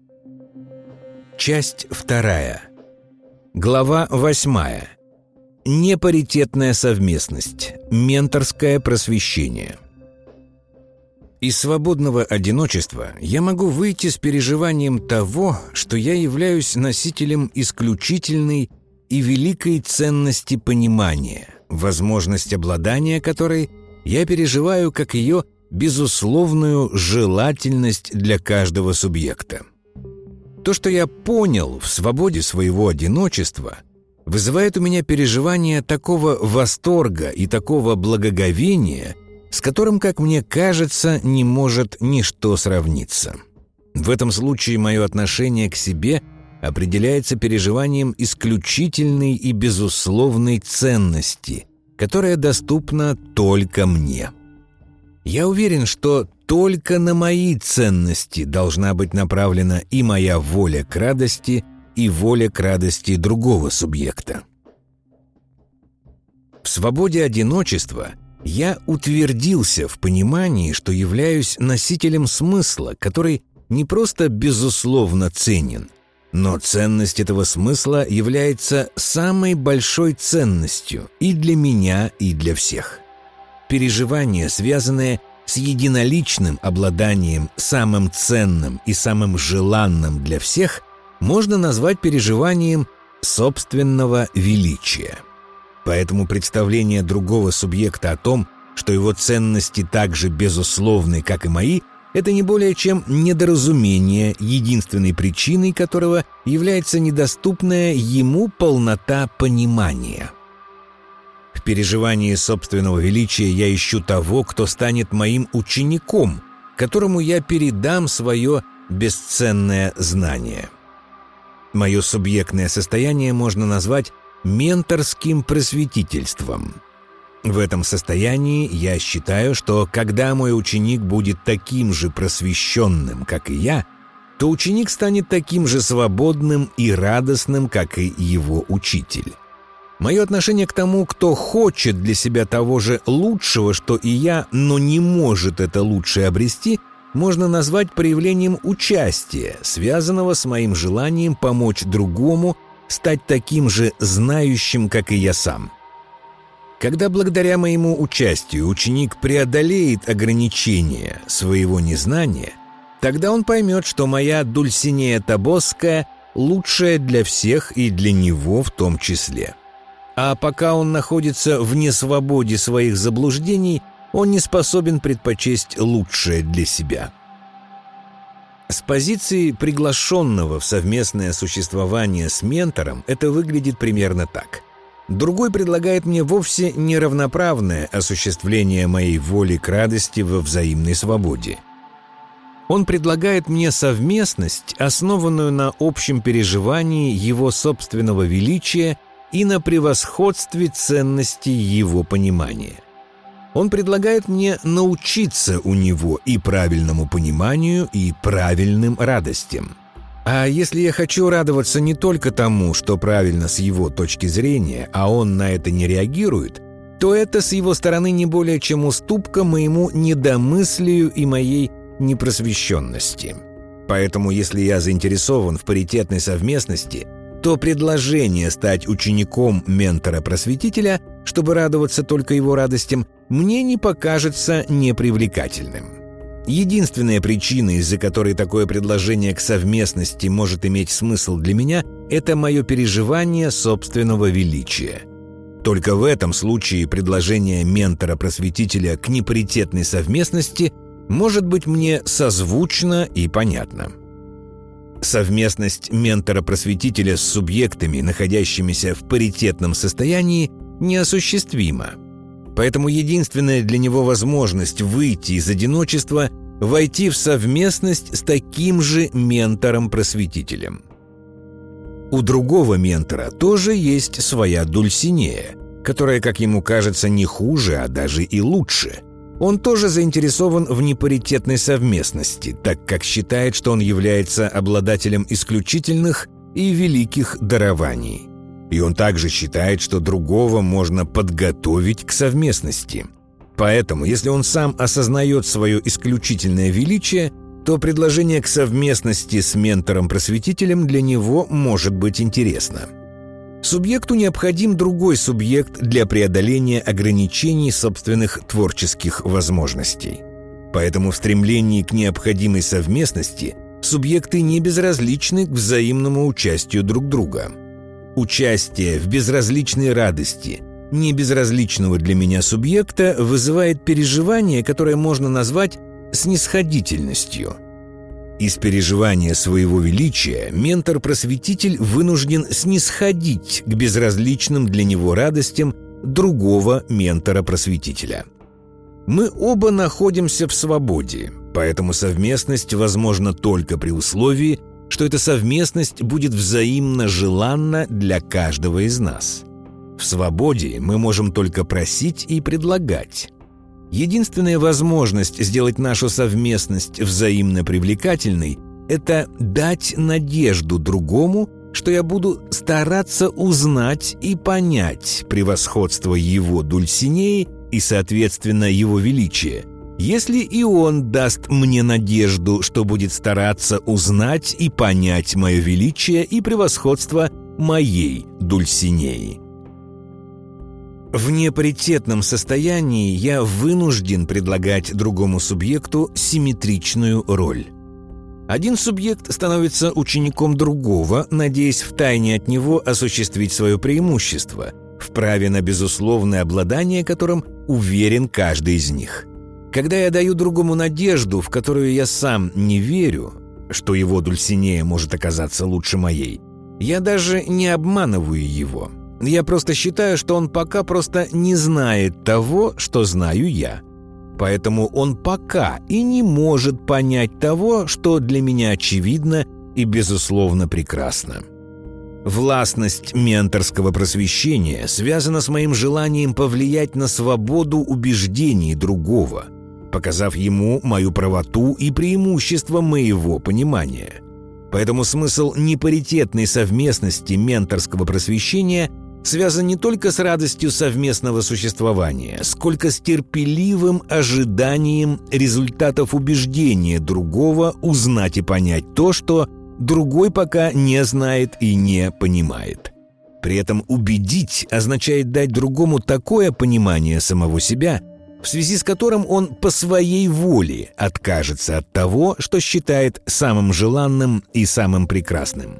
Часть 2. Глава 8. Непаритетная совместность. Менторское просвещение. Из свободного одиночества я могу выйти с переживанием того, что я являюсь носителем исключительной и великой ценности понимания, возможность обладания которой я переживаю как ее безусловную желательность для каждого субъекта. То, что я понял в свободе своего одиночества, вызывает у меня переживание такого восторга и такого благоговения, с которым, как мне кажется, не может ничто сравниться. В этом случае мое отношение к себе определяется переживанием исключительной и безусловной ценности, которая доступна только мне. Я уверен, что только на мои ценности должна быть направлена и моя воля к радости, и воля к радости другого субъекта. В свободе одиночества я утвердился в понимании, что являюсь носителем смысла, который не просто безусловно ценен, но ценность этого смысла является самой большой ценностью и для меня, и для всех. Переживание, связанное с единоличным обладанием самым ценным и самым желанным для всех, можно назвать переживанием собственного величия. Поэтому представление другого субъекта о том, что его ценности так же безусловны, как и мои, это не более чем недоразумение, единственной причиной которого является недоступная ему полнота понимания. В переживании собственного величия я ищу того, кто станет моим учеником, которому я передам свое бесценное знание. Мое субъектное состояние можно назвать менторским просветительством. В этом состоянии я считаю, что когда мой ученик будет таким же просвещенным, как и я, то ученик станет таким же свободным и радостным, как и его учитель. Мое отношение к тому, кто хочет для себя того же лучшего, что и я, но не может это лучшее обрести, можно назвать проявлением участия, связанного с моим желанием помочь другому стать таким же знающим, как и я сам. Когда благодаря моему участию ученик преодолеет ограничения своего незнания, тогда он поймет, что моя Дульсинея Тобосская лучшая для всех и для него в том числе. А пока он находится в несвободе своих заблуждений, он не способен предпочесть лучшее для себя. С позиции приглашенного в совместное существование с ментором это выглядит примерно так. Другой предлагает мне вовсе неравноправное осуществление моей воли к радости во взаимной свободе. Он предлагает мне совместность, основанную на общем переживании его собственного величия и на превосходстве ценности его понимания. Он предлагает мне научиться у него и правильному пониманию, и правильным радостям. А если я хочу радоваться не только тому, что правильно с его точки зрения, а он на это не реагирует, то это с его стороны не более чем уступка моему недомыслию и моей непросвещенности. Поэтому, если я заинтересован в паритетной совместности, то предложение стать учеником ментора-просветителя, чтобы радоваться только его радостям, мне не покажется непривлекательным. Единственная причина, из-за которой такое предложение к совместности может иметь смысл для меня, это мое переживание собственного величия. Только в этом случае предложение ментора-просветителя к непаритетной совместности может быть мне созвучно и понятно. Совместность ментора-просветителя с субъектами, находящимися в паритетном состоянии, неосуществима. Поэтому единственная для него возможность выйти из одиночества – войти в совместность с таким же ментором-просветителем. У другого ментора тоже есть своя Дульсинея, которая, как ему кажется, не хуже, а даже и лучше. Он тоже заинтересован в непаритетной совместности, так как считает, что он является обладателем исключительных и великих дарований. И он также считает, что другого можно подготовить к совместности. Поэтому, если он сам осознает свое исключительное величие, то предложение к совместности с ментором-просветителем для него может быть интересно. Субъекту необходим другой субъект для преодоления ограничений собственных творческих возможностей. Поэтому в стремлении к необходимой совместности субъекты не безразличны к взаимному участию друг друга. Участие в безразличной радости небезразличного для меня субъекта вызывает переживание, которое можно назвать снисходительностью. Из переживания своего величия ментор-просветитель вынужден снисходить к безразличным для него радостям другого ментора-просветителя. Мы оба находимся в свободе, поэтому совместность возможна только при условии, что эта совместность будет взаимно желанна для каждого из нас. В свободе мы можем только просить и предлагать. Единственная возможность сделать нашу совместность взаимно привлекательной – это дать надежду другому, что я буду стараться узнать и понять превосходство его Дульсинеи и, соответственно, его величия, если и он даст мне надежду, что будет стараться узнать и понять мое величие и превосходство моей Дульсинеи. В непаритетном состоянии я вынужден предлагать другому субъекту симметричную роль. Один субъект становится учеником другого, надеясь втайне от него осуществить свое преимущество, в праве на безусловное обладание которым уверен каждый из них. Когда я даю другому надежду, в которую я сам не верю, что его Дульсинея может оказаться лучше моей, я даже не обманываю его. Я просто считаю, что он пока просто не знает того, что знаю я. Поэтому он пока и не может понять того, что для меня очевидно и, безусловно, прекрасно. Властность менторского просвещения связана с моим желанием повлиять на свободу убеждений другого, показав ему мою правоту и преимущество моего понимания. Поэтому смысл непаритетной совместности менторского просвещения связан не только с радостью совместного существования, сколько с терпеливым ожиданием результатов убеждения другого узнать и понять то, что другой пока не знает и не понимает. При этом убедить означает дать другому такое понимание самого себя, в связи с которым он по своей воле откажется от того, что считает самым желанным и самым прекрасным.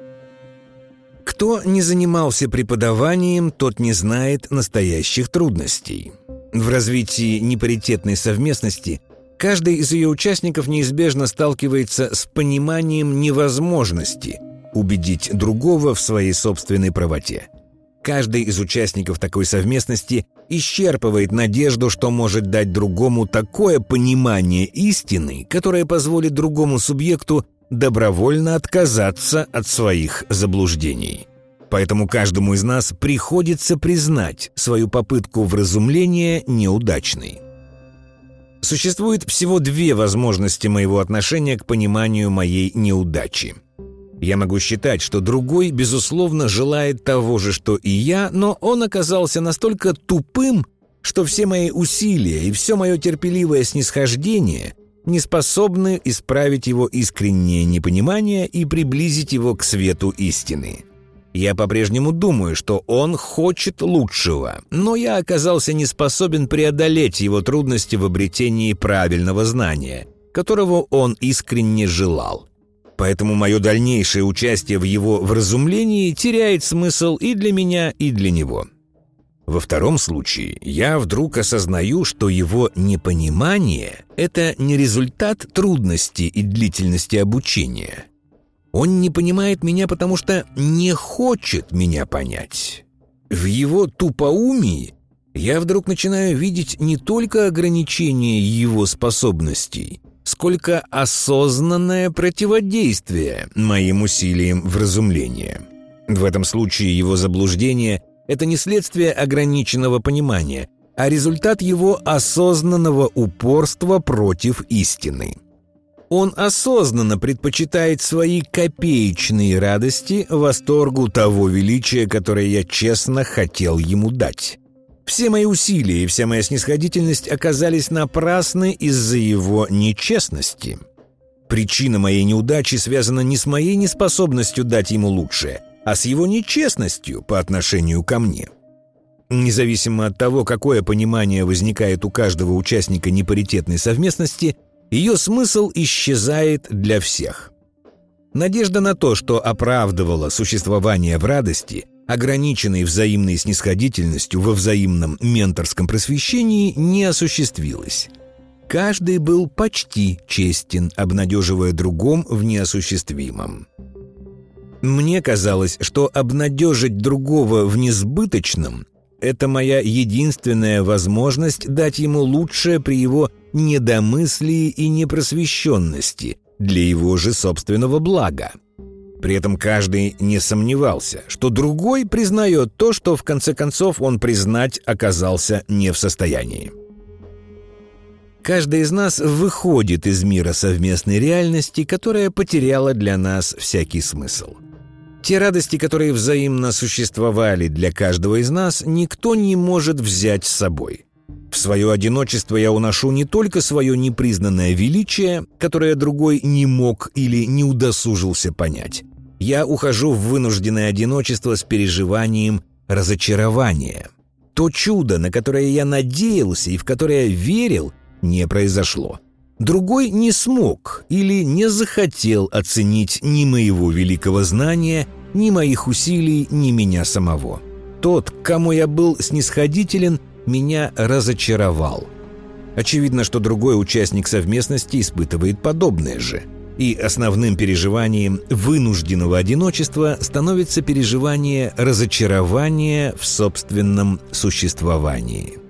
Кто не занимался преподаванием, тот не знает настоящих трудностей. В развитии непаритетной совместности каждый из ее участников неизбежно сталкивается с пониманием невозможности убедить другого в своей собственной правоте. Каждый из участников такой совместности исчерпывает надежду, что может дать другому такое понимание истины, которое позволит другому субъекту добровольно отказаться от своих заблуждений. Поэтому каждому из нас приходится признать свою попытку вразумления неудачной. Существует всего две возможности моего отношения к пониманию моей неудачи. Я могу считать, что другой, безусловно, желает того же, что и я, но он оказался настолько тупым, что все мои усилия и все мое терпеливое снисхождение не способны исправить его искреннее непонимание и приблизить его к свету истины. Я по-прежнему думаю, что он хочет лучшего, но я оказался не способен преодолеть его трудности в обретении правильного знания, которого он искренне желал. Поэтому мое дальнейшее участие в его вразумлении теряет смысл и для меня, и для него. Во втором случае я вдруг осознаю, что его непонимание – это не результат трудности и длительности обучения. Он не понимает меня, потому что не хочет меня понять. В его тупоумии я вдруг начинаю видеть не только ограничение его способностей, сколько осознанное противодействие моим усилиям вразумления. В этом случае его заблуждение – это не следствие ограниченного понимания, а результат его осознанного упорства против истины. Он осознанно предпочитает свои копеечные радости восторгу того величия, которое я честно хотел ему дать. Все мои усилия и вся моя снисходительность оказались напрасны из-за его нечестности. Причина моей неудачи связана не с моей неспособностью дать ему лучшее, а с его нечестностью по отношению ко мне. Независимо от того, какое понимание возникает у каждого участника непаритетной совместности, ее смысл исчезает для всех. Надежда на то, что оправдывала существование в радости, ограниченной взаимной снисходительностью во взаимном менторском просвещении, не осуществилась. Каждый был почти честен, обнадеживая другом в неосуществимом. Мне казалось, что обнадежить другого в несбыточном – это моя единственная возможность дать ему лучшее при его недомыслии и непросвещенности для его же собственного блага. При этом каждый не сомневался, что другой признает то, что в конце концов он признать оказался не в состоянии. Каждый из нас выходит из мира совместной реальности, которая потеряла для нас всякий смысл. Те радости, которые взаимно существовали для каждого из нас, никто не может взять с собой. В свое одиночество я уношу не только свое непризнанное величие, которое другой не мог или не удосужился понять. Я ухожу в вынужденное одиночество с переживанием разочарования. То чудо, на которое я надеялся и в которое верил, не произошло. Другой не смог или не захотел оценить ни моего великого знания, ни моих усилий, ни меня самого. Тот, к кому я был снисходителен, меня разочаровал. Очевидно, что другой участник совместности испытывает подобное же. И основным переживанием вынужденного одиночества становится переживание разочарования в собственном существовании.